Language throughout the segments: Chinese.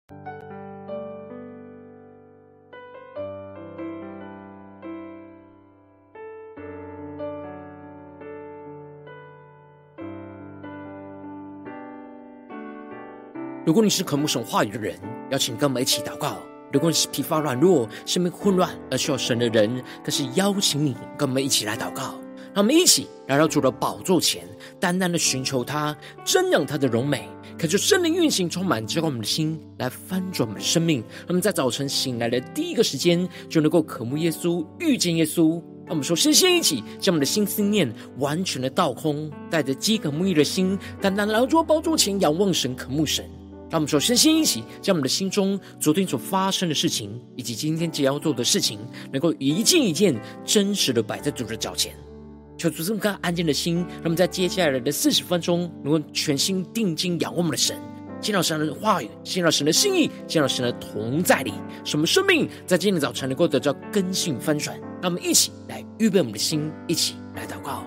如果你是渴慕神话语的人，邀请跟我们一起祷告。如果你是疲乏软弱、生命混乱而需要神的人，更是邀请你跟我们一起来祷告。让我们一起来到主的宝座前，单单的寻求他，瞻仰他的荣美，恳求圣灵运行充满浇灌我们的心，来翻转我们的生命。让我们在早晨醒来的第一个时间，就能够渴慕耶稣，遇见耶稣。让我们说，先一起将我们的心思念完全的倒空，带着饥渴沐浴的心，单单的来到主的宝座前，仰望神，渴慕神。让我们首先一起将我们的心中昨天所发生的事情，以及今天即将要做的事情，能够一件一件真实的摆在主的脚前，求主这么安静的心，让我们在接下来的40分钟，能够全心定睛仰望我们的神，见到神的话语，见到神的心意，见到神的同在里，使我们生命在今天的早晨能够得到更新翻转。让我们一起来预备我们的心，一起来祷告。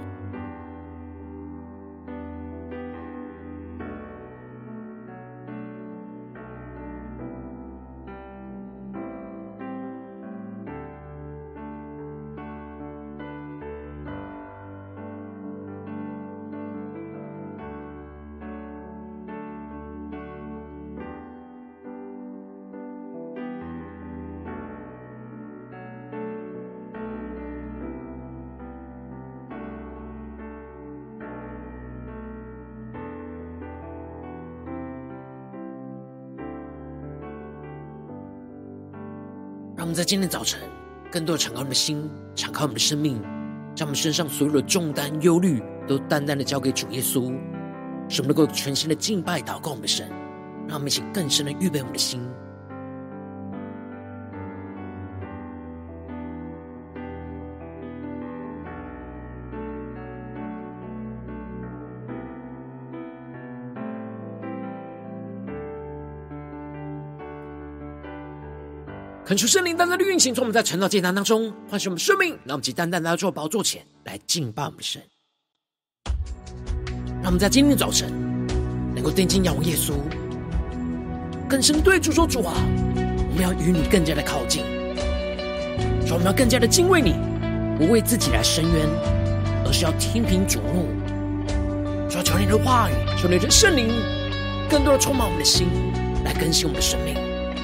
让我们在今天早晨更多的敞开我们的心，敞开我们的生命，将我们身上所有的重担忧虑都单单的交给主耶稣，使我们能够全心的敬拜祷告我们的神。让我们一起更深的预备我们的心，恳求圣灵单单的运行，从我们在晨祷艰难当中唤醒我们生命，让我们单单来到主的宝座前来敬拜我们的神。让我们在今天的早晨能够定睛仰望耶稣，更深对主说，主啊，我们要与你更加的靠近，主，我们要更加的敬畏你，不为自己来伸冤，而是要听凭主怒。主，求你的话语，求你的圣灵更多的充满我们的心，来更新我们的生命。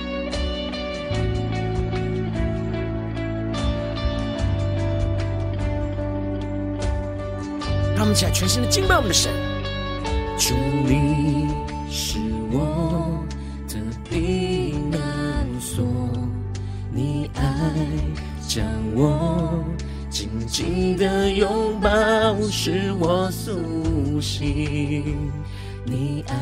让我们一起来全心的敬拜我们的神。 主，你是我的避难所，你爱将我紧紧的拥抱，使我苏醒。你爱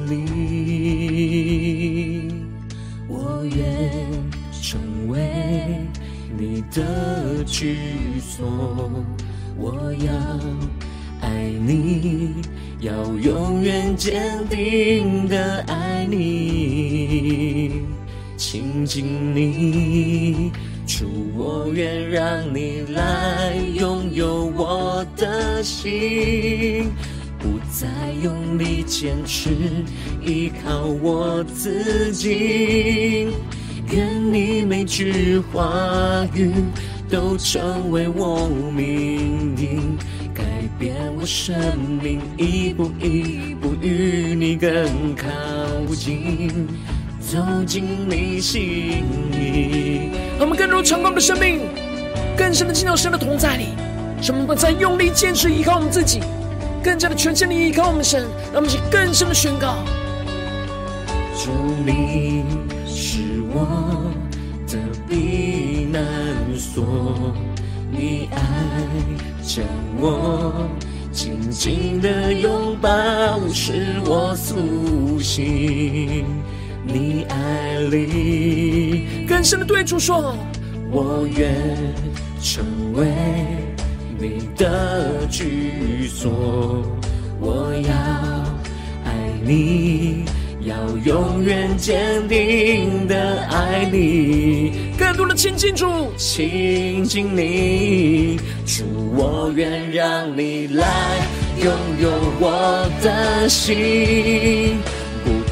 里，我愿成为你的居所。我要爱你，要永远坚定的爱你，亲近你，主，我愿让你来拥有我的心，不再用力坚持依靠我自己，愿你每句话语都成为我命令，改变我生命，一步一步与你更靠近，走进你心里。 让我们更多成功的生命，更深的进到神的同在里，使我们不再用力坚持依靠我们自己，更加的全心的依靠我们神。让我们一起更深的宣告： 主，你是我的避难所，你爱将我紧紧的拥抱，使我苏醒。你爱里， 更深的对主说： 我愿成为你的居所。我要爱你，要永远坚定的爱你， 更多的亲近主， 亲近你，主，我愿让你来拥有我的心，不再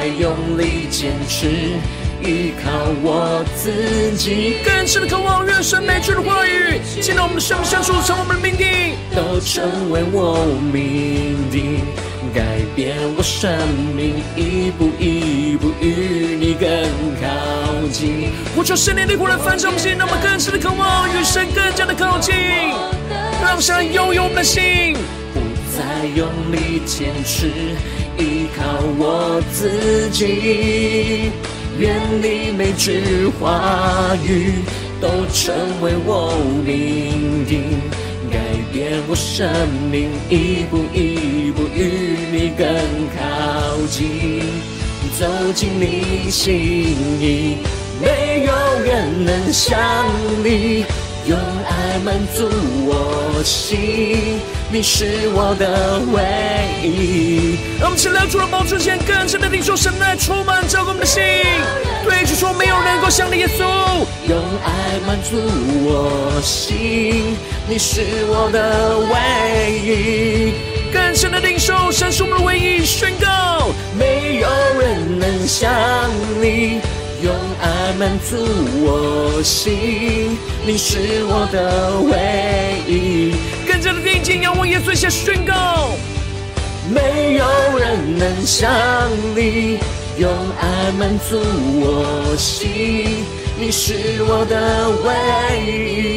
用力坚持，依靠我自己。 更深的渴望，愿神每句的话语进到我们的生命深处，成为我们的命定， 都成为我命定，改变我生命，一步一步与你更靠近。 呼求圣灵的火来焚烧我们心，让我们更深的渴望与神更加的靠近，让神拥有我们的心。 不再用力坚持，依靠我自己，愿你每句话语都成为我命定，改变我生命，一步一步与你更靠近，走进你心意，没有人能像你，用爱满足我心，你是我的唯一。 让我们起来主的宝座前更深的领受神爱充满照顾我们的心，对主说没有人能够像你耶稣， 用爱满足我心，你是我的唯一。 更深的领受神是我们的唯一，宣告没有人能像你，用爱满足我心，你是我的唯一。 更加的定睛仰望耶稣，下宣告没有人能像你，用爱满足我心，你是我的唯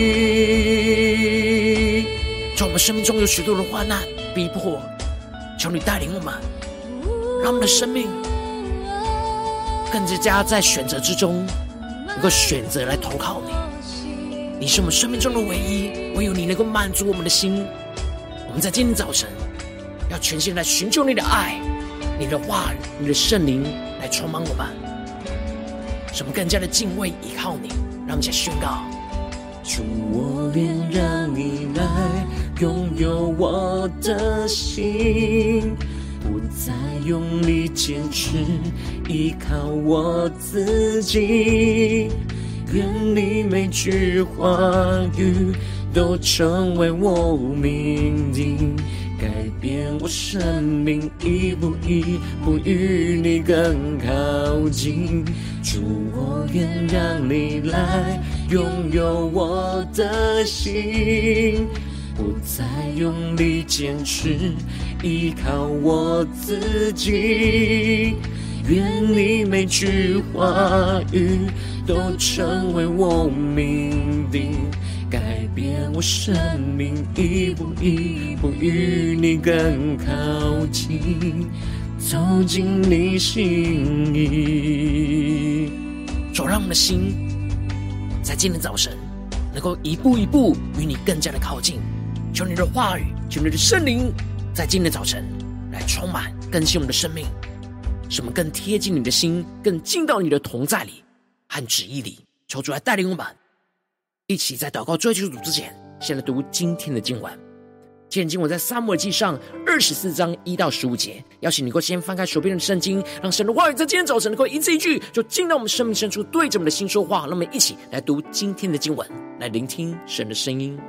一。 在我们生命中有许多的患难逼迫，求你带领我们，让我们的生命更加在选择之中能够选择来投靠你。你是我们生命中的唯一，唯有你能够满足我们的心。我们在今天早晨要全心来寻求你的爱，你的话语，你的圣灵来充满我们，使我们更加的敬畏依靠你。让我们一起宣告， 主，我愿让你来拥有我的心，不再用力坚持，依靠我自己，愿你每句话语都成为我命定，改变我生命，一步一步与你更靠近。主，我愿让你来拥有我的心，不再用力坚持，依靠我自己，愿你每句话语都成为我命定，改变我生命，一步一步与你更靠近，走进你心意。 主，让我们的心在今天早晨能够一步一步与你更加的靠近。求你的话语，求你的圣灵在今天早晨来充满更新我们的生命，使我们更贴近你的心，更进到你的同在里和旨意里。求主来带领我们一起在祷告追求主之前，先来读今天的经文。今天经文在撒母耳记上24章1到15节。邀请你能够先翻开手边的圣经，让神的话语在今天早晨能够一字一句就进到我们生命深处，对着我们的心说话。让我们一起来读今天的经文，来聆听神的声音。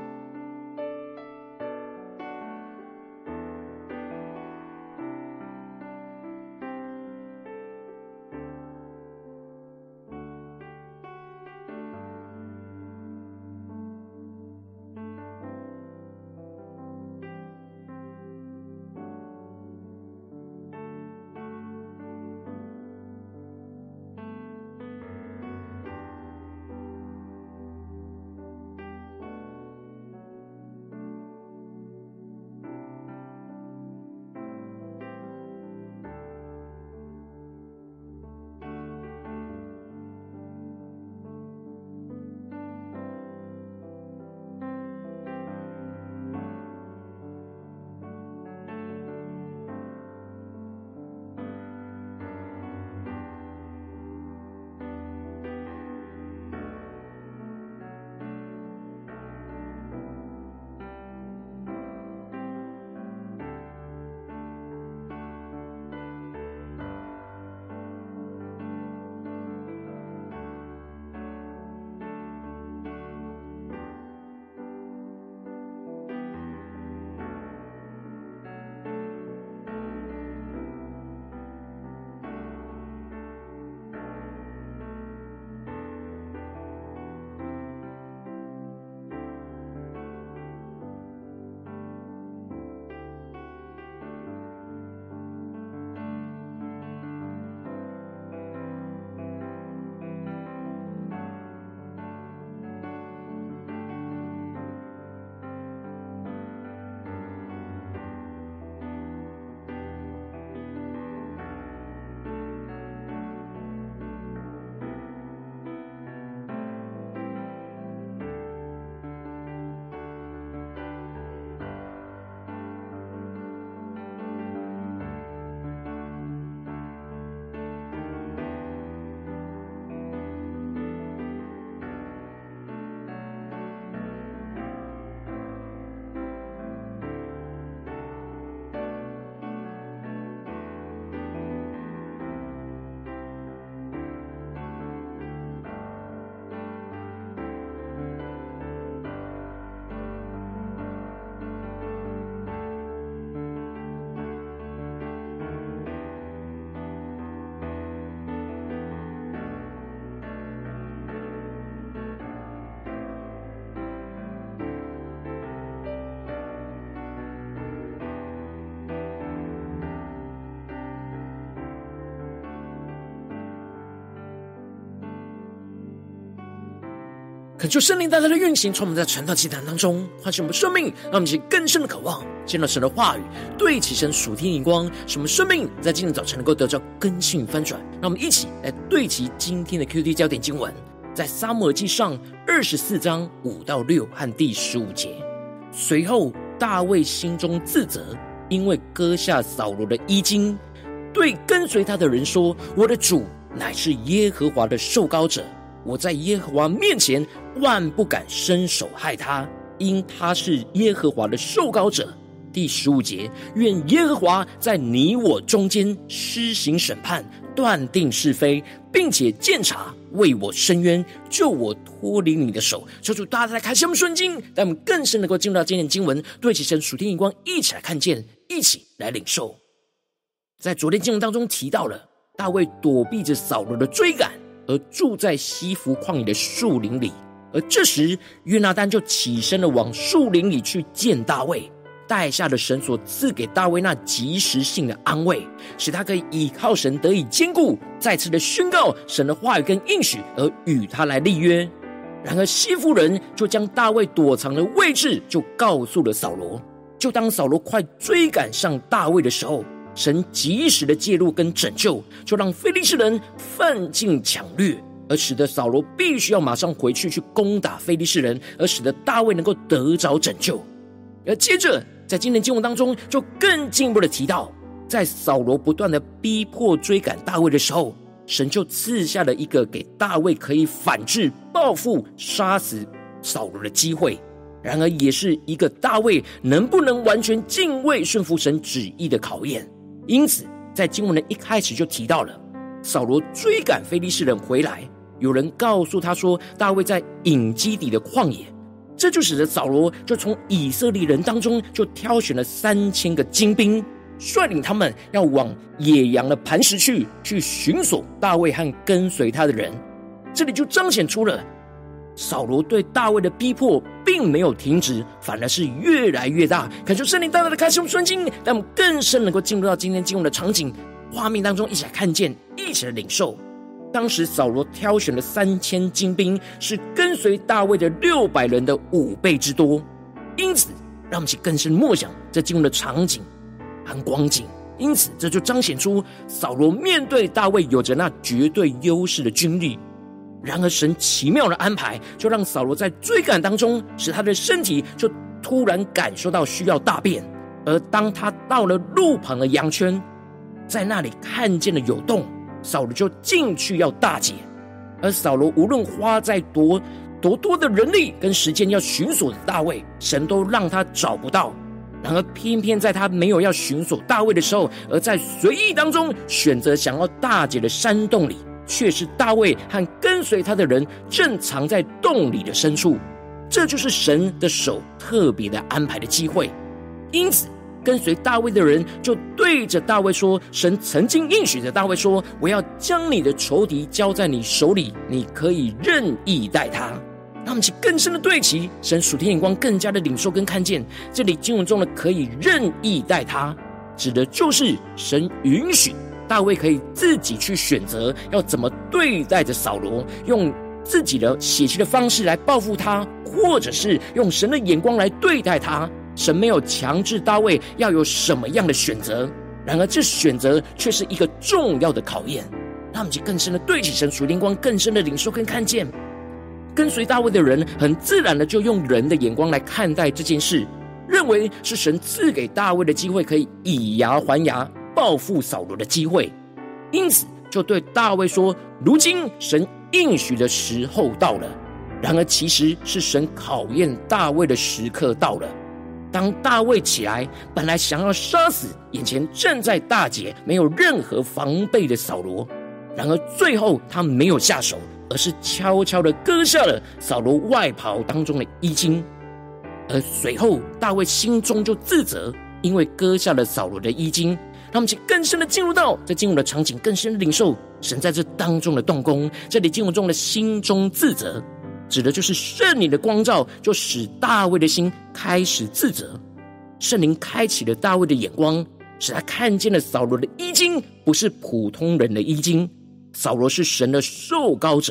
恳求圣灵带来的运行，从我们在晨祷祭坛当中唤醒我们生命，让我们一起更深的渴望见到神的话语，对齐神属天荧光，使我们生命在今天早晨能够得到更新与翻转。让我们一起来对齐今天的 QT 焦点经文，在撒母耳记上24章5到6和第15节。随后大卫心中自责，因为割下扫罗的衣襟，对跟随他的人说：我的主乃是耶和华的受膏者，我在耶和华面前万不敢伸手害他，因他是耶和华的受膏者。第15节，愿耶和华在你我中间施行审判，断定是非，并且鉴察，为我伸冤，救我脱离你的手。求主大家来开启我们顺经，让我们更深能够进入到今天的经文，对齐神属天荧光，一起来看见，一起来领受。在昨天经文当中提到了大卫躲避着扫罗的追赶，而住在西弗旷野的树林里。而这时约拿单就起身了，往树林里去见大卫，带下了神所赐给大卫那及时性的安慰，使他可以倚靠神得以坚固，再次的宣告神的话语跟应许，而与他来立约。然而西弗人就将大卫躲藏的位置就告诉了扫罗。就当扫罗快追赶上大卫的时候，神及时的介入跟拯救，就让非利士人奋进抢掠，而使得扫罗必须要马上回去攻打非利士人，而使得大卫能够得着拯救。而接着在今天经文当中就更进一步的提到，在扫罗不断的逼迫追赶大卫的时候，神就赐下了一个给大卫可以反制报复杀死扫罗的机会，然而也是一个大卫能不能完全敬畏顺服神旨意的考验。因此在经文的一开始就提到了扫罗追赶非利士人回来，有人告诉他说大卫在隐基底的旷野，这就使得扫罗就从以色列人当中就挑选了3000个精兵，率领他们要往野羊的磐石去寻索大卫和跟随他的人。这里就彰显出了扫罗对大卫的逼迫并没有停止，反而是越来越大。恳求圣灵大大的开启我们顺经，让我们更深能够进入到今天经文的场景画面当中，一起来看见，一起来领受。当时扫罗挑选了3000精兵，是跟随大卫的600人的5倍之多。因此让我们一起更深默想这经文的场景和光景。因此这就彰显出扫罗面对大卫有着那绝对优势的军力。然而神奇妙的安排，就让扫罗在追赶当中，使他的身体就突然感受到需要大便。而当他到了路旁的羊圈，在那里看见了有洞，扫罗就进去要大解。而扫罗无论花在多多的人力跟时间要寻索的大卫，神都让他找不到。然而偏偏在他没有要寻索大卫的时候，而在随意当中选择想要大解的山洞里，却是大卫和跟随他的人正藏在洞里的深处。这就是神的手特别的安排的机会。因此跟随大卫的人就对着大卫说，神曾经应许着大卫说，我要将你的仇敌交在你手里，你可以任意待他。让我们去更深的对齐神属天眼光，更加的领受跟看见，这里经文中的可以任意待他，指的就是神允许大卫可以自己去选择要怎么对待着扫罗，用自己的血气的方式来报复他，或者是用神的眼光来对待他。神没有强制大卫要有什么样的选择，然而这选择却是一个重要的考验。让我们去更深的对齐神属灵光，更深的领受跟看见。跟随大卫的人很自然的就用人的眼光来看待这件事，认为是神赐给大卫的机会，可以以牙还牙报复扫罗的机会。因此就对大卫说，如今神应许的时候到了。然而其实是神考验大卫的时刻到了。当大卫起来，本来想要杀死眼前正在大解没有任何防备的扫罗，然而最后他没有下手，而是悄悄地割下了扫罗外袍当中的衣襟。而随后大卫心中就自责，因为割下了扫罗的衣襟。让我们更深的进入到在经文的场景，更深的领受神在这当中的动工。这里经文中的心中自责，指的就是圣灵的光照，就使大卫的心开始自责。圣灵开启了大卫的眼光，使他看见了扫罗的衣襟不是普通人的衣襟，扫罗是神的受膏者，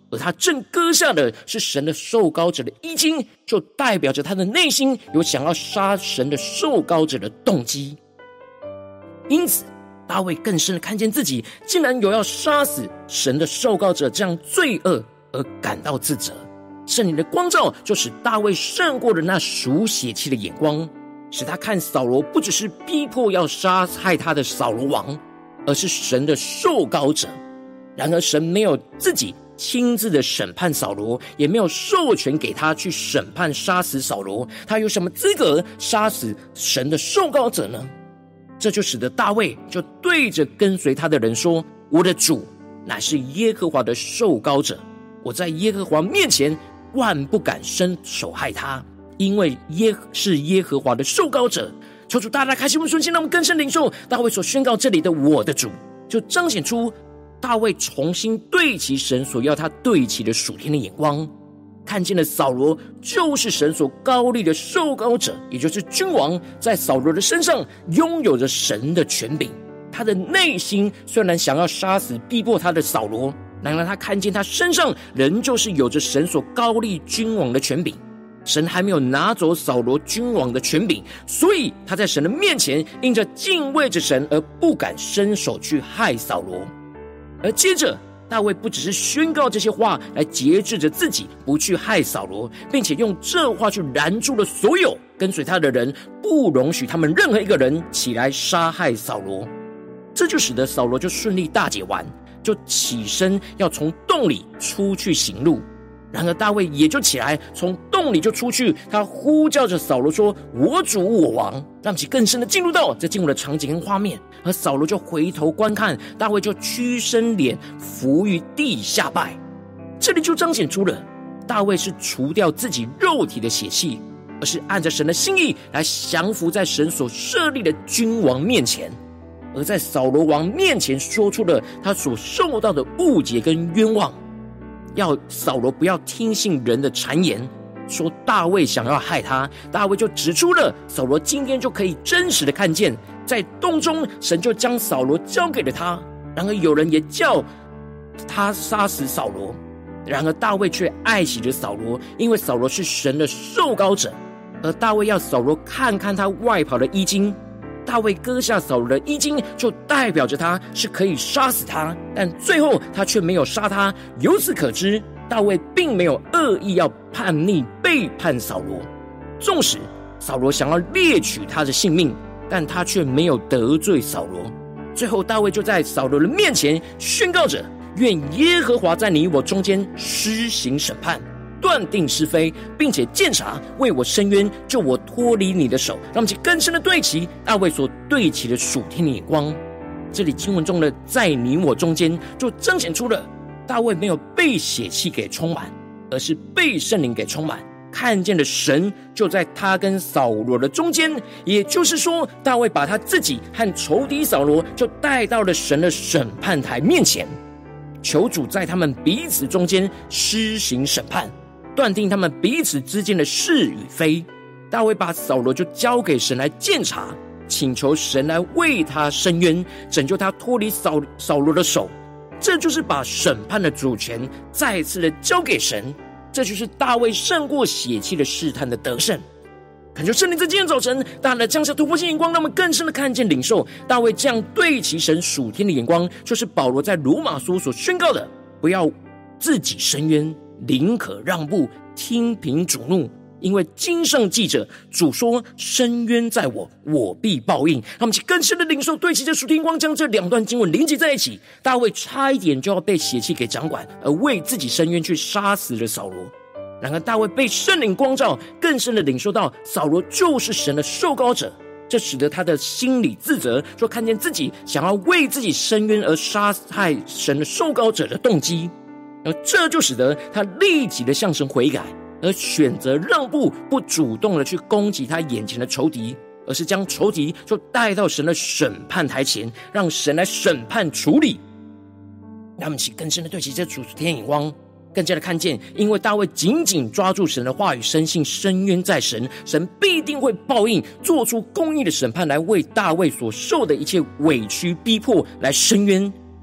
而他正割下的是神的受膏者的衣襟，就代表着他的内心有想要杀神的受膏者的动机。因此大卫更深的看见自己竟然有要杀死神的受膏者这样罪恶，而感到自责。圣灵的光照就使大卫胜过了那属血气的眼光，使他看扫罗不只是逼迫要杀害他的扫罗王，而是神的受膏者。然而神没有自己亲自的审判扫罗，也没有授权给他去审判杀死扫罗，他有什么资格杀死神的受膏者呢？这就使得大卫就对着跟随他的人说，我的主乃是耶和华的受膏者，我在耶和华面前万不敢伸手害他，因为是耶和华的受膏者。求主大大开心我们顺心，让我们更深领受大卫所宣告这里的我的主，就彰显出大卫重新对齐神所要他对齐的属天的眼光，看见了扫罗就是神所膏立的受膏者，也就是君王，在扫罗的身上拥有着神的权柄。他的内心虽然想要杀死逼迫他的扫罗，然而他看见他身上仍旧是有着神所膏立君王的权柄，神还没有拿走扫罗君王的权柄，所以他在神的面前因着敬畏着神而不敢伸手去害扫罗。而接着大卫不只是宣告这些话来节制着自己不去害扫罗，并且用这话去拦住了所有跟随他的人，不容许他们任何一个人起来杀害扫罗。这就使得扫罗就顺利大解完，就起身要从洞里出去行路。然而大卫也就起来从洞里就出去，他呼叫着扫罗说，我主我王，让其更深的进入到这进入的场景跟画面。而扫罗就回头观看，大卫就屈身脸伏于地下拜。这里就彰显出了大卫是除掉自己肉体的血气，而是按着神的心意来降服在神所设立的君王面前，而在扫罗王面前说出了他所受到的误解跟冤枉，要扫罗不要听信人的谗言，说大卫想要害他。大卫就指出了扫罗今天就可以真实的看见，在洞中神就将扫罗交给了他，然而有人也叫他杀死扫罗，然而大卫却爱惜着扫罗，因为扫罗是神的受膏者。而大卫要扫罗看看他外袍的衣襟，大卫割下扫罗的衣襟，就代表着他是可以杀死他，但最后他却没有杀他。由此可知，大卫并没有恶意要叛逆背叛扫罗，纵使扫罗想要猎取他的性命，但他却没有得罪扫罗。最后大卫就在扫罗的面前宣告着，愿耶和华在你我中间施行审判，断定是非，并且鉴察，为我伸冤，救我脱离你的手。让我们去更深的对齐大卫所对齐的属天的眼光。这里经文中的在你我中间，就彰显出了大卫没有被血气给充满，而是被圣灵给充满，看见了神就在他跟扫罗的中间。也就是说，大卫把他自己和仇敌扫罗就带到了神的审判台面前，求主在他们彼此中间施行审判，断定他们彼此之间的是与非。大卫把扫罗就交给神来鉴察，请求神来为他伸冤，拯救他脱离扫罗的手。这就是把审判的主权再次的交给神，这就是大卫胜过血气的试探的得胜。恳求圣灵在今天早晨大大的降下突破性眼光，让我们更深的看见领受大卫这样对齐神属天的眼光，就是保罗在罗马书所宣告的，不要自己伸冤，宁可让步，听凭主怒，因为经上记着，主说伸冤在我，我必报应。让我们更深的领受对齐这属天光，将这两段经文连接在一起。大卫差一点就要被血气给掌管，而为自己伸冤去杀死了扫罗。然而大卫被圣灵光照，更深的领受到扫罗就是神的受膏者，这使得他的心里自责，说看见自己想要为自己伸冤而杀害神的受膏者的动机，而这就使得他立即的向神悔改，而选择让步，不主动的去攻击他眼前的仇敌，而是将仇敌就带到神的审判台前，让神来审判处理。让我们更深的对齐这主天眼光，更加的看见，因为大卫紧紧抓住神的话语，深信伸冤在神，神必定会报应，做出公义的审判，来为大卫所受的一切委屈逼迫来伸冤。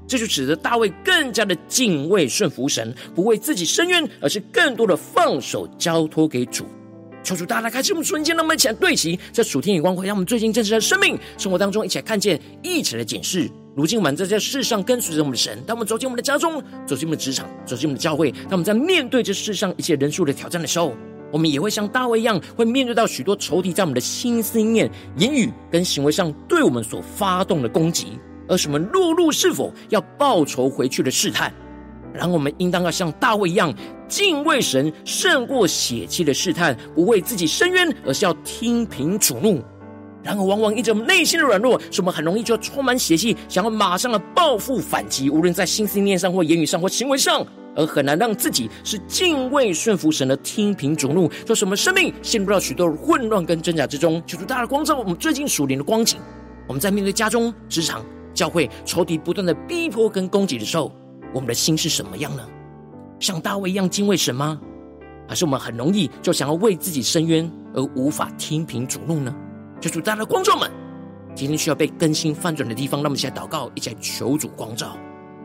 这就使得大卫更加的敬畏顺服神，不为自己伸冤，而是更多的放手交托给主。求主大家开启我们瞬间，让我们一起来对齐这属天眼光，会让我们最近真实的生命生活当中一起来看见，一起来检视。如今我们在这世上跟随着我们的神，当我们走进我们的家中，走进我们的职场，走进我们的教会，当我们在面对这世上一切人数的挑战的时候，我们也会像大卫一样，会面对到许多仇敌在我们的心思念、言语跟行为上对我们所发动的攻击，而是我们落入是否要报仇回去的试探。然后我们应当要像大卫一样，敬畏神胜过血气的试探，不为自己伸冤，而是要听凭主怒。然而往往因着我们内心的软弱，使我们很容易就充满血气，想要马上的报复反击，无论在心思念上或言语上或行为上，而很难让自己是敬畏顺服神的听凭主怒，就使我们生命陷入到许多混乱跟挣扎之中。求主大大光照我们最近属灵的光景，我们在面对家中、职场、教会仇敌不断的逼迫跟攻击的时候，我们的心是什么样呢？像大卫一样敬畏神吗？还是我们很容易就想要为自己伸冤，而无法听凭主怒呢？求主大家的光照们，今天需要被更新翻转的地方，让我们一起来祷告，一起来求主光照。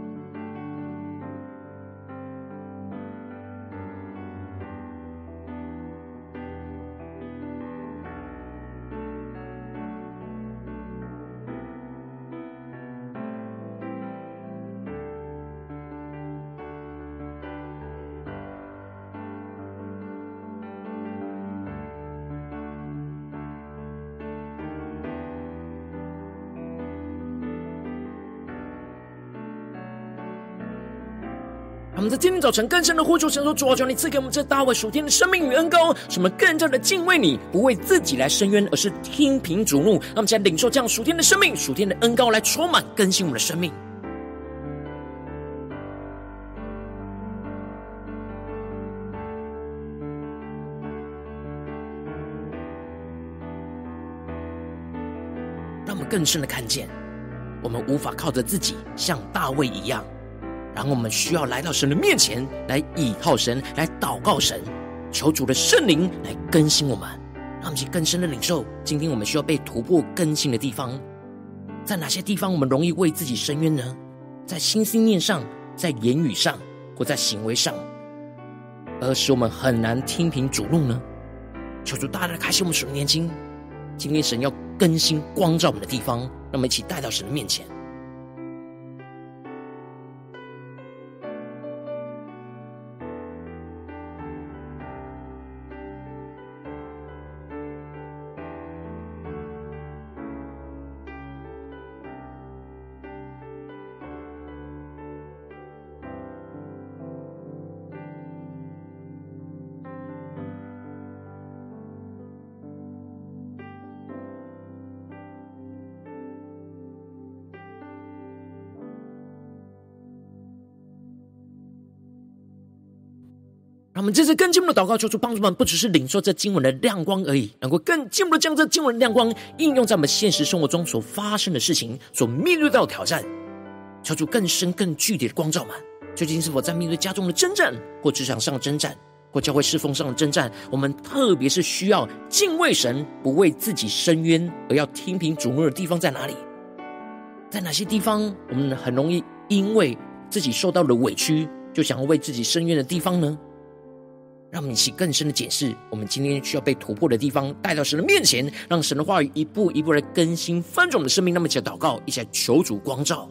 我们在今天早晨更深的呼求神说，主啊，求你赐给我们这大卫属天的生命与恩膏，使我们更加的敬畏你，不为自己来伸冤，而是听凭主怒。让我们现在领受这样属天的生命、属天的恩膏，来充满更新我们的生命。让我们更深的看见，我们无法靠着自己像大卫一样，然后我们需要来到神的面前，来倚靠神，来祷告神，求主的圣灵来更新我们，让我们去更深的领受今天我们需要被突破更新的地方。在哪些地方我们容易为自己伸冤呢？在心思念上，在言语上，或在行为上，而使我们很难听凭主怒呢？求主大大的开启我们属灵眼睛，今天神要更新光照我们的地方，让我们一起带到神的面前。让我们这次更进一步的祷告，求主帮助我们，不只是领受这经文的亮光而已，能够更进一步的将这经文的亮光应用在我们现实生活中所发生的事情，所面对到的挑战。求主更深更具体的光照们，究竟是否在面对家中的征战，或职场上的征战，或教会侍奉上的征战，我们特别是需要敬畏神，不为自己伸冤，而要听凭主怒的地方在哪里？在哪些地方我们很容易因为自己受到了委屈，就想要为自己伸冤的地方呢？让我们一起更深的检视我们今天需要被突破的地方，带到神的面前，让神的话语一步一步来更新翻转我们的生命。那么一起来祷告，一起来求主光照。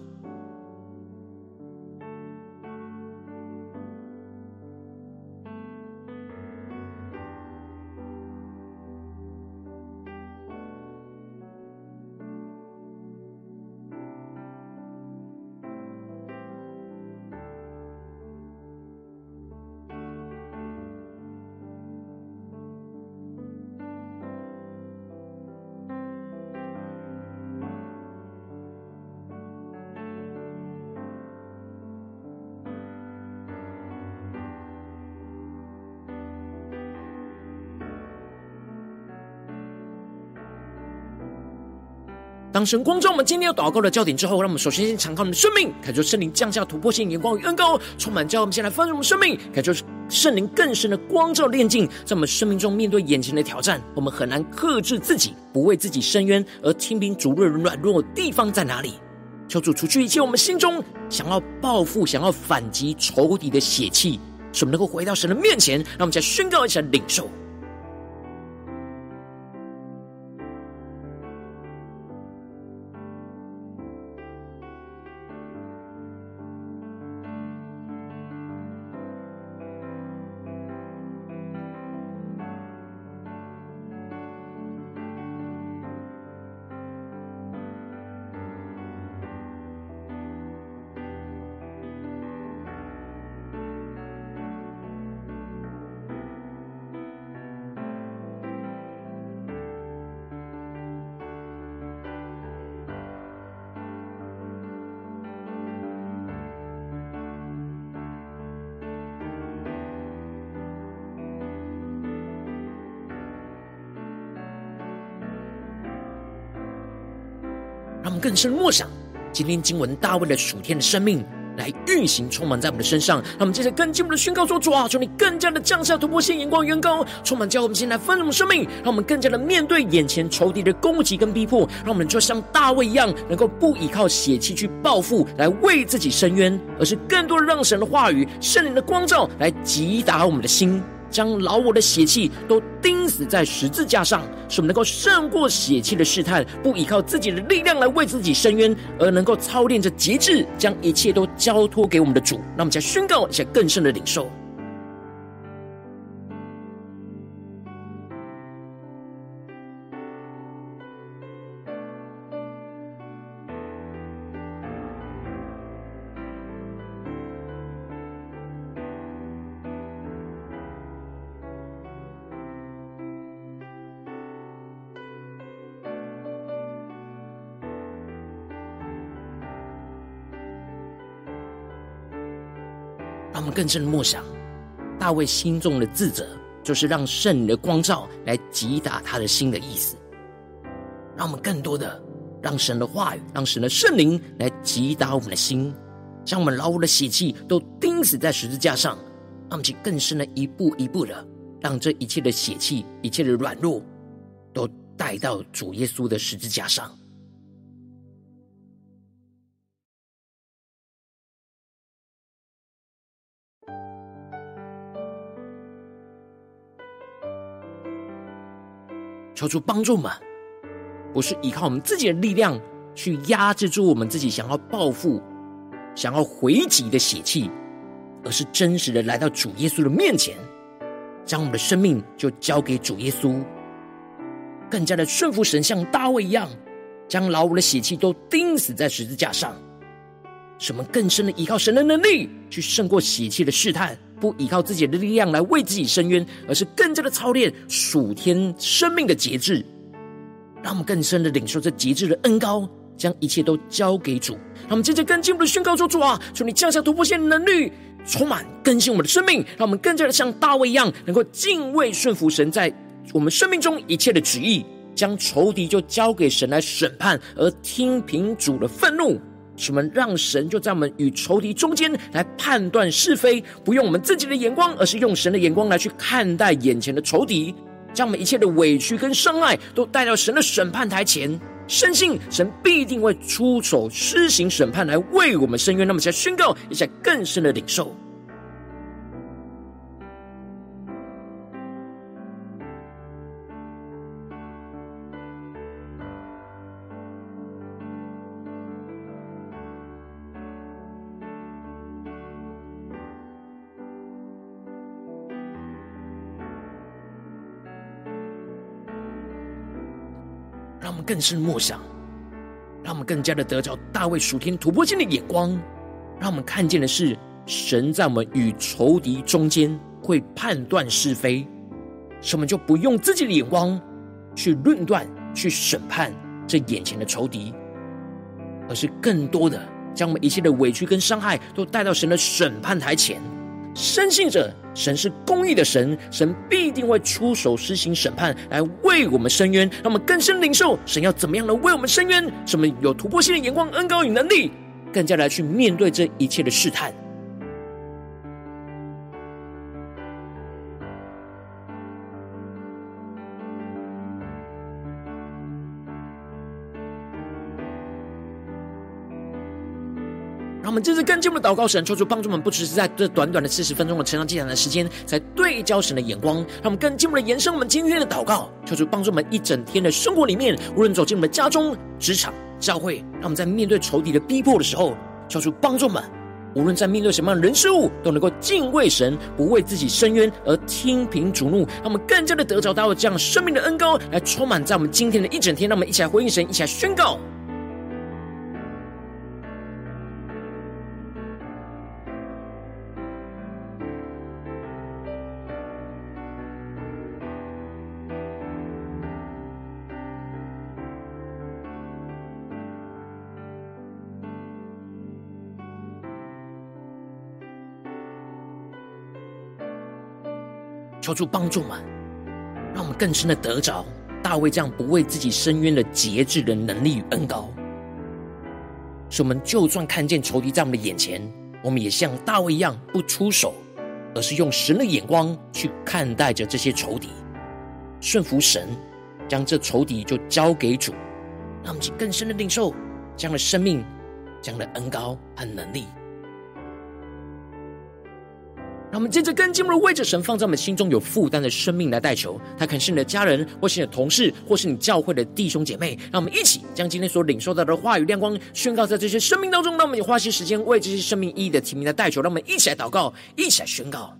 当神光照我们今天要祷告的焦点之后，让我们首先先敞开我们的生命，恳求圣灵降下突破性眼光与恩膏，充满教我们先来翻转我们生命，恳求圣灵更深的光照炼净，在我们生命中面对眼前的挑战，我们很难克制自己，不为自己伸冤，而听凭主怒的软弱地方在哪里？ 求主除去一切我们心中想要报复、想要反击仇敌的血气，使我们能够回到神的面前，让我们再宣告一下领受。让我们更深默想今天经文大卫的属天的生命来运行充满在我们的身上。让我们接着更进一步的宣告说，主啊，求你更加的降下突破性眼光远高，充满教我们现在丰盛的生命，让我们更加的面对眼前仇敌的攻击跟逼迫，让我们就像大卫一样，能够不依靠血气去报复来为自己伸冤，而是更多的让神的话语、圣灵的光照来击打我们的心，将老我的血气都钉死在十字架上，使我们能够胜过血气的试探，不依靠自己的力量来为自己伸冤，而能够操练着节制，将一切都交托给我们的主。让我们再宣告一下更深的领受。让我们更深的默想大卫心中的自责，就是让圣灵的光照来击打他的心的意思。让我们更多的让神的话语、让神的圣灵来击打我们的心，将我们老我的血气都钉死在十字架上，让我们去更深的一步一步的让这一切的血气、一切的软弱都带到主耶稣的十字架上。求主帮助我们，不是依靠我们自己的力量去压制住我们自己想要报复、想要回击的血气，而是真实的来到主耶稣的面前，将我们的生命就交给主耶稣，更加的顺服神，像大卫一样，将老我的血气都钉死在十字架上，使我们更深的依靠神的能力去胜过血气的试探，不依靠自己的力量来为自己伸冤，而是更加的操练属天生命的节制，让我们更深的领受这节制的恩膏，将一切都交给主。让我们接着更进一步的宣告说，主啊，求你降下突破性的能力，充满更新我们的生命，让我们更加的像大卫一样，能够敬畏顺服神在我们生命中一切的旨意，将仇敌就交给神来审判，而听凭主的愤怒，使我们让神就在我们与仇敌中间来判断是非，不用我们自己的眼光，而是用神的眼光来去看待眼前的仇敌，将我们一切的委屈跟伤害都带到神的审判台前，深信神必定会出手施行审判来为我们伸冤。那么现在宣告一下更深的领受。让我们更深默想，让我们更加的得着大卫属天突破性的眼光，让我们看见的是神在我们与仇敌中间会判断是非，使我们就不用自己的眼光去论断、去审判这眼前的仇敌，而是更多的将我们一切的委屈跟伤害都带到神的审判台前，深信着神是公义的神，神必定会出手施行审判来为我们伸冤。让我们更深领受神要怎么样的为我们伸冤，使我们有突破性的眼光、恩膏与能力，更加来去面对这一切的试探。 让我们这次更进一步的祷告，神求主帮助我们，不只是在这短短的40分钟的成长祭坛的时间，才对焦神的眼光，让我们更进一步的延伸我们今天的祷告，求主帮助我们一整天的生活里面，无论走进我们的家中、职场、教会，让我们在面对仇敌的逼迫的时候，求主帮助我们，无论在面对什么样的人事物，都能够敬畏神，不为自己伸冤，而听凭主怒，让我们更加的得着到这样生命的恩膏，来充满在我们今天的一整天。让我们一起来回应神，一起来宣告。求主帮助我们，让我们更深的得着大卫这样不为自己伸冤的节制的能力与恩膏，使我们就算看见仇敌在我们的眼前，我们也像大卫一样不出手，而是用神的眼光去看待着这些仇敌，顺服神，将这仇敌就交给主，让我们更深的领受这样的生命，这样的恩膏和能力。让我们接着更进一步的为着神放在我们心中有负担的生命来代求，他可能是你的家人，或是你的同事，或是你教会的弟兄姐妹。让我们一起将今天所领受到的话语亮光宣告在这些生命当中，让我们也花些时间为这些生命意义的提名来代求。让我们一起来祷告，一起来宣告。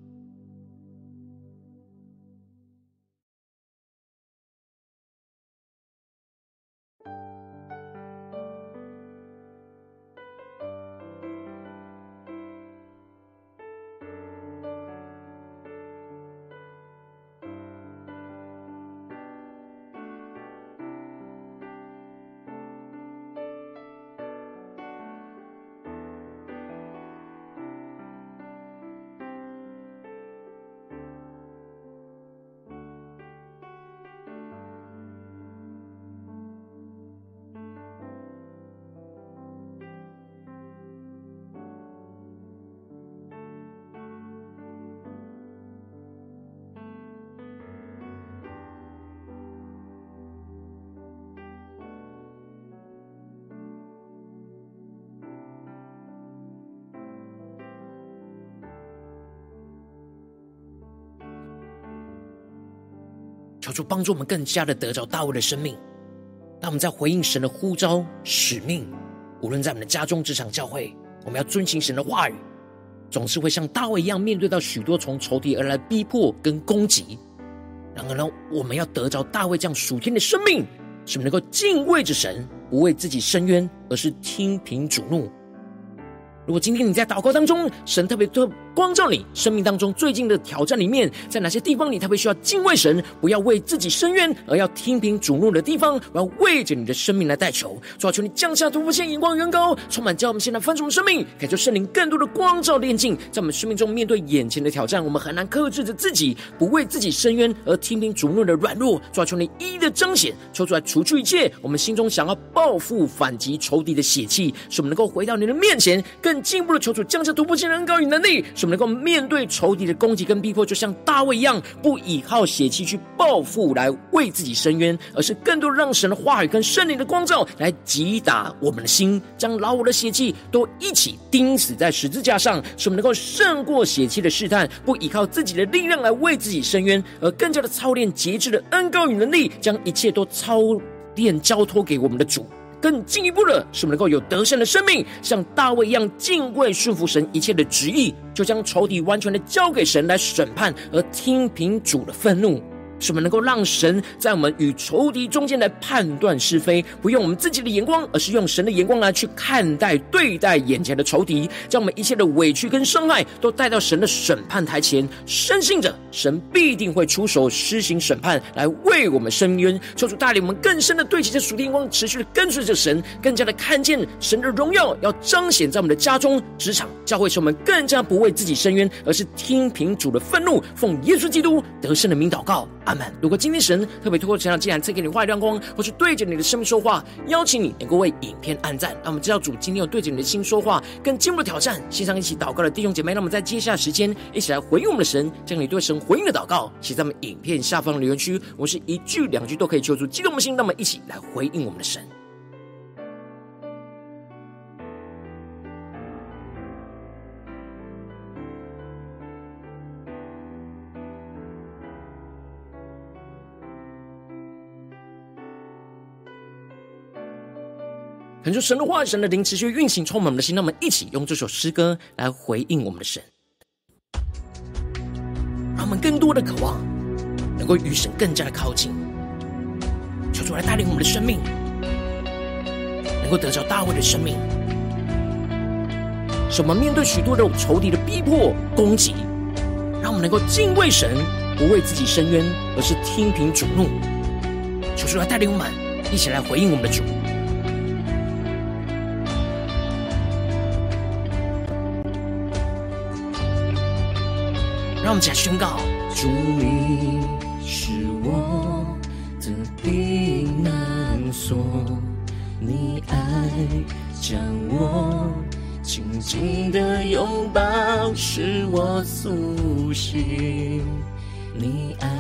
求主帮助我们更加的得着大卫的生命，让我们在回应神的呼召使命，无论在我们的家中、职场、教会，我们要遵行神的话语，总是会像大卫一样面对到许多从仇敌而来逼迫跟攻击。然而呢，我们要得着大卫这样属天的生命，使我们能够敬畏着神，不为自己伸冤，而是听凭主怒。如果今天你在祷告当中，神特别光照你生命当中最近的挑战里面，在哪些地方你特别需要敬畏神，不要为自己伸冤，而要听凭主怒的地方，我要为着你的生命来代求。主啊，求你降下突破线眼光远高，充满叫我们现在翻转的生命，感受圣灵更多的光照炼净，在我们生命中面对眼前的挑战，我们很难克制着自己，不为自己伸冤，而听凭主怒的软弱。主啊，求你一一的彰显，求主来除去一切我们心中想要报复反击仇敌的血气，使我们能够回到你的面前，更进一步的求主降下突破性的恩膏与能力，使我们能够面对仇敌的攻击跟逼迫，就像大卫一样，不依靠血气去报复来为自己伸冤，而是更多让神的话语跟圣灵的光照来击打我们的心，将老我的血气都一起钉死在十字架上，使我们能够胜过血气的试探，不依靠自己的力量来为自己伸冤，而更加的操练节制的恩膏与能力，将一切都操练交托给我们的主。更进一步的使我们能够有得胜的生命，像大卫一样敬畏顺服神一切的旨意，就将仇敌完全的交给神来审判，而听凭主的愤怒，使我们能够让神在我们与仇敌中间来判断是非，不用我们自己的眼光，而是用神的眼光来去看待对待眼前的仇敌，将我们一切的委屈跟伤害都带到神的审判台前，深信着神必定会出手施行审判，来为我们伸冤。求主带领我们更深的对齐这属天光，持续的跟随着神，更加的看见神的荣耀要彰显在我们的家中、职场、教会，使我们更加不为自己伸冤，而是听凭主的愤怒，奉耶稣基督得胜的名祷告，阿们。如果今天神特别透过成长既然赐给你话语亮光，或是对着你的生命说话，邀请你能够为影片按赞，让我们知道主今天有对着你的心说话，更进一步的挑战线上一起祷告的弟兄姐妹，让我们在接下来时间一起来回应我们的神，将你对神回应的祷告写在我们影片下方的留言区，我们是一句两句都可以求出激动的心，让我们一起来回应我们的神。 恳求神的话语、神的灵持续运行充满我们的心，让我们一起用这首诗歌来回应我们的神，让我们更多的渴望能够与神更加的靠近。求主来带领我们的生命，能够得着大卫的生命，使我们面对许多的仇敌的逼迫攻击，让我们能够敬畏神，不为自己伸冤，而是听凭主怒。求主来带领我们一起来回应我们的主。让我们一起来宣告： 主，你是我的避难所，你爱将我紧紧的拥抱，使我苏醒你爱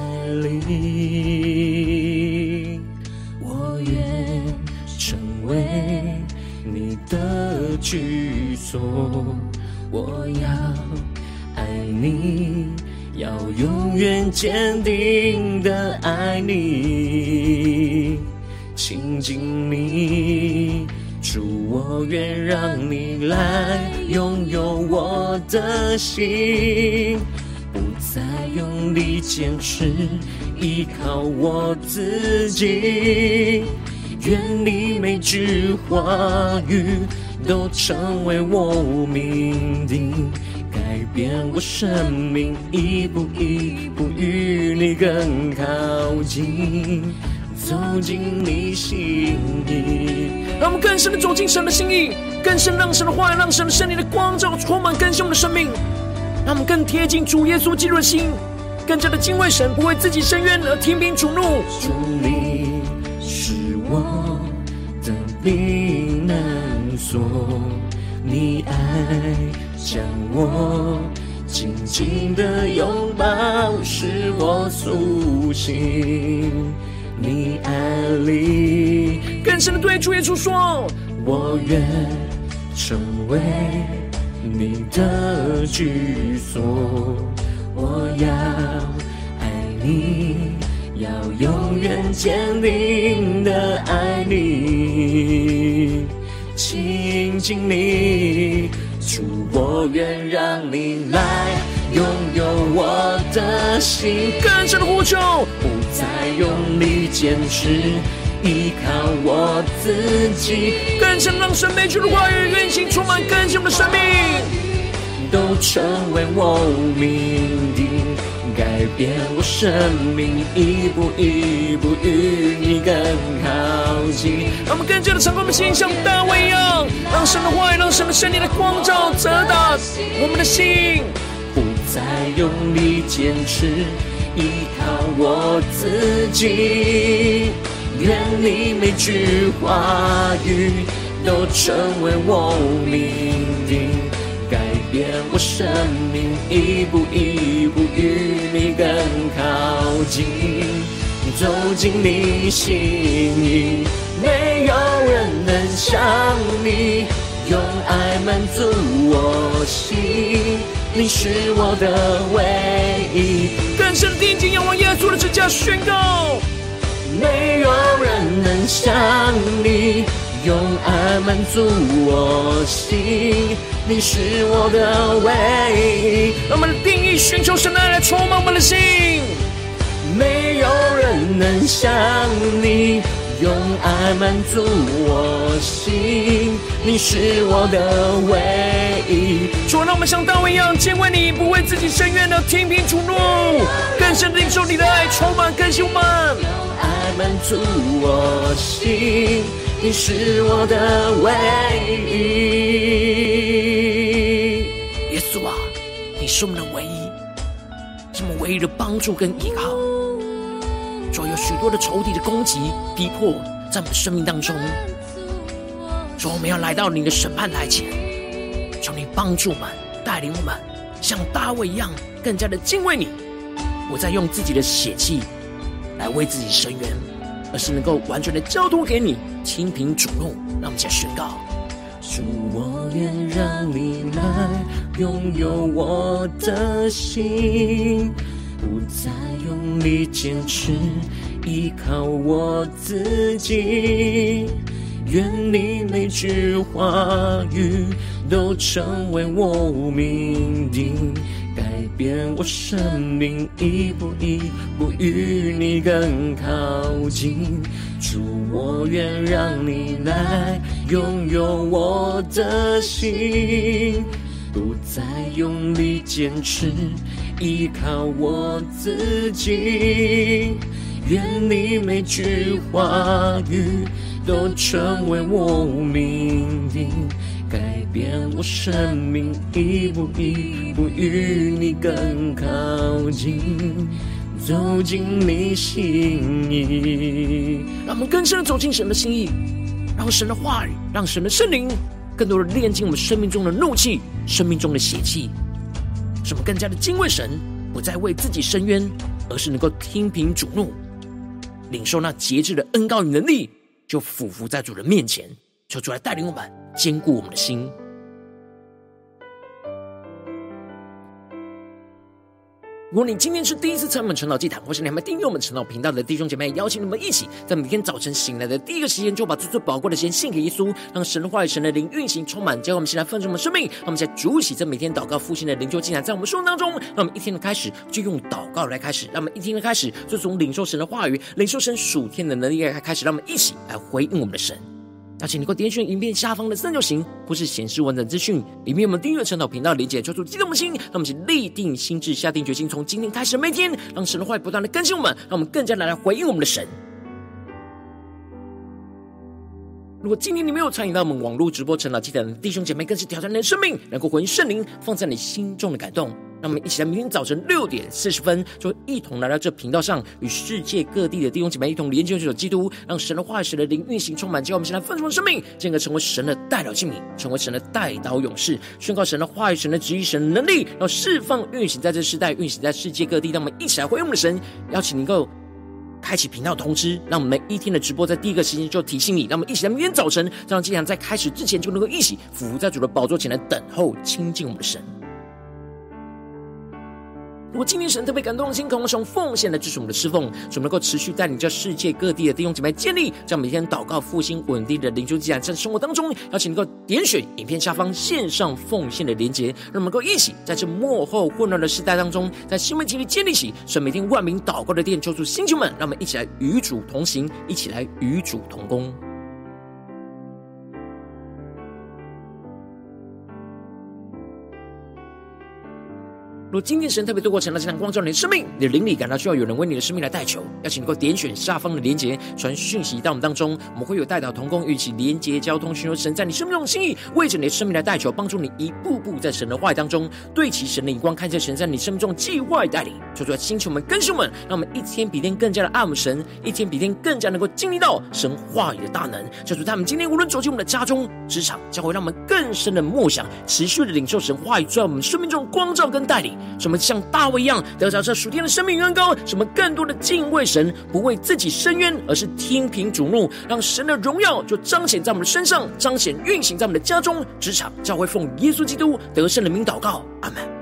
里，我愿成为你的居所，我要爱你，要永远坚定的爱你，亲近你，主，我愿让你来拥有我的心，不再用力坚持依靠我自己，愿你每句话语都成为我命定，改变我生命，一步一步与你更靠近，走进你心意。 让我们更深的走进神的心意，更深让神的话语，让神的圣灵的光照充满更新我们的生命，让我们更贴近主耶稣基督的心，更加的敬畏神，不为自己伸冤，而听凭主怒。 主，你是我的避难所，你爱将我紧紧的拥抱，使我苏醒你爱里， 更深的对主耶稣说： 我愿成为你的居所，我要爱你，要永远坚定的爱你，亲近你，主，我愿让你来拥有我的心， 更深的呼求， 不再用力坚持依靠我自己， 更深让神每句的话语运行充满更新我们的生命， 都成为我命定，改变我生命，一步一步与你更靠近。 让我们更加的敞开我们的心，像大卫一样，让神的话语，让神的圣灵的光照遮打我们的心， 不再用力坚持依靠我自己，愿你每句话语都成为我命定，改变我生命，一步一步与你更靠近，走进你心意，没有人能像你用爱满足我心，你是我的唯一， 更深的定睛仰望耶稣的指甲，宣告没有人能像你用爱满足我心，你是我的唯一。 让我们的定义寻求神的爱来充满我们的心， 没有人能像你用爱满足我心，你是我的唯一。 主，让我们像大卫一样敬畏你，不为自己伸冤的听凭主怒，更深的领受你的爱，充满更新我们。 爱满足我心，你是我的唯一。 耶稣啊，你是我们的唯一，是我们唯一的帮助跟依靠。主，有许多的仇敌的攻击逼迫在我们的生命当中，主，我们要来到你的审判台前，求你帮助我们，带领我们像大卫一样更加的敬畏你，不再用自己的血气来为自己伸冤，而是能够完全的交托给你，听凭主怒。让我们一起来宣告： 主，我愿让你来拥有我的心，不再用力坚持依靠我自己， 愿你每句话语都成为我命定，改变我生命，一步一步与你更靠近。主，我愿让你来拥有我的心，不再用力坚持依靠我自己，愿你每句话语都成为我命定，改变我生命，一步一步与你更靠近，走进你心意。 让我们更深的走进神的心意，让神的话语，让神的圣灵更多的炼净我们生命中的怒气，生命中的血气，使我们更加的敬畏神，不再为自己伸冤，而是能够听凭主怒，领受那节制的恩膏与能力，就俯伏在主的面前，求主来带领我们，坚固我们的心。如果你今天是第一次参与我们晨祷祭坛，或是你还没订阅我们晨祷频道的弟兄姐妹，邀请你们一起在每天早晨醒来的第一个时间，就把最宝贵的时间献给耶稣，让神的话语、神的灵运行充满，将我们现在丰盛我们生命。让我们在主起这每天祷告复兴的灵修祭坛，在我们生活当中，让我们一天的开始就用祷告来开始，让我们一天的开始就从领受神的话语、领受神属天的能力来开始，让我们一起来回应我们的神。邀请你给我点选影片下方的三角形，或是显示完整资讯里面我们订阅晨祷频道连结，求主激动我们的心，让我们一起立定心志，下定决心，从今天开始每天，让神的话语不断的更新我们，让我们更加的来回应我们的神。如果今天你没有参与到我们网络直播晨祷祭坛的弟兄姐妹，更是挑战你的生命，能够回应圣灵放在你心中的感动。让我们一起在明天早晨6点40分，就一同来到这频道上，与世界各地的弟兄姐妹一同连接基督，让神的话语、神的灵运行充满，叫我们现在丰盛的生命，进而成为神的代表器皿，成为神的代祷勇士，宣告神的话语、神的旨意、神的能力，然后释放运行在这世代，运行在世界各地。让我们一起来回应我们的神，邀请你能够开启频道通知，让我们每一天的直播在第一个时间就提醒你，让我们一起在明天早晨，让既然在开始之前就能够一起俯伏在主的宝座前来等候亲近我们的神。如果今天神特别感动的心，渴望用奉献来支持我们的侍奉，使我们能够持续带领这世界各地的弟兄姐妹建立这样每天祷告复兴稳定的灵修祭坛，在生活当中，邀请能够点选影片下方线上奉献的连结，让我们能够一起在这末后混乱的时代当中，在新媒体里建立起神每天万名祷告的殿，救助星球们，让我们一起来与主同行，一起来与主同工。如果今天神特别透过晨祷祭坛光照你的生命，你的灵里感到需要有人为你的生命来代求，邀请你能够点选下方的连结，传讯息到我们当中，我们会有代祷同工，一起连结交通，寻求神在你生命中的心意，为着你的生命来代求，帮助你一步步在神的话语当中对齐神的眼光，看见神在你生命中的计划带领。求主来星球们、更新们，让我们一天比一天更加的爱我们神，一天比一天更加能够经历到神话语的大能。求主他们今天无论走进我们的家中、职场，将会让我们更深的默想，持续的领受神话语在我们生命中的光照跟带领。什么像大卫一样得着这属天的生命恩膏，什么更多的敬畏神，不为自己伸冤，而是听凭主怒，让神的荣耀就彰显在我们的身上，彰显运行在我们的家中、职场、教会，奉耶稣基督得胜的名祷告，阿们。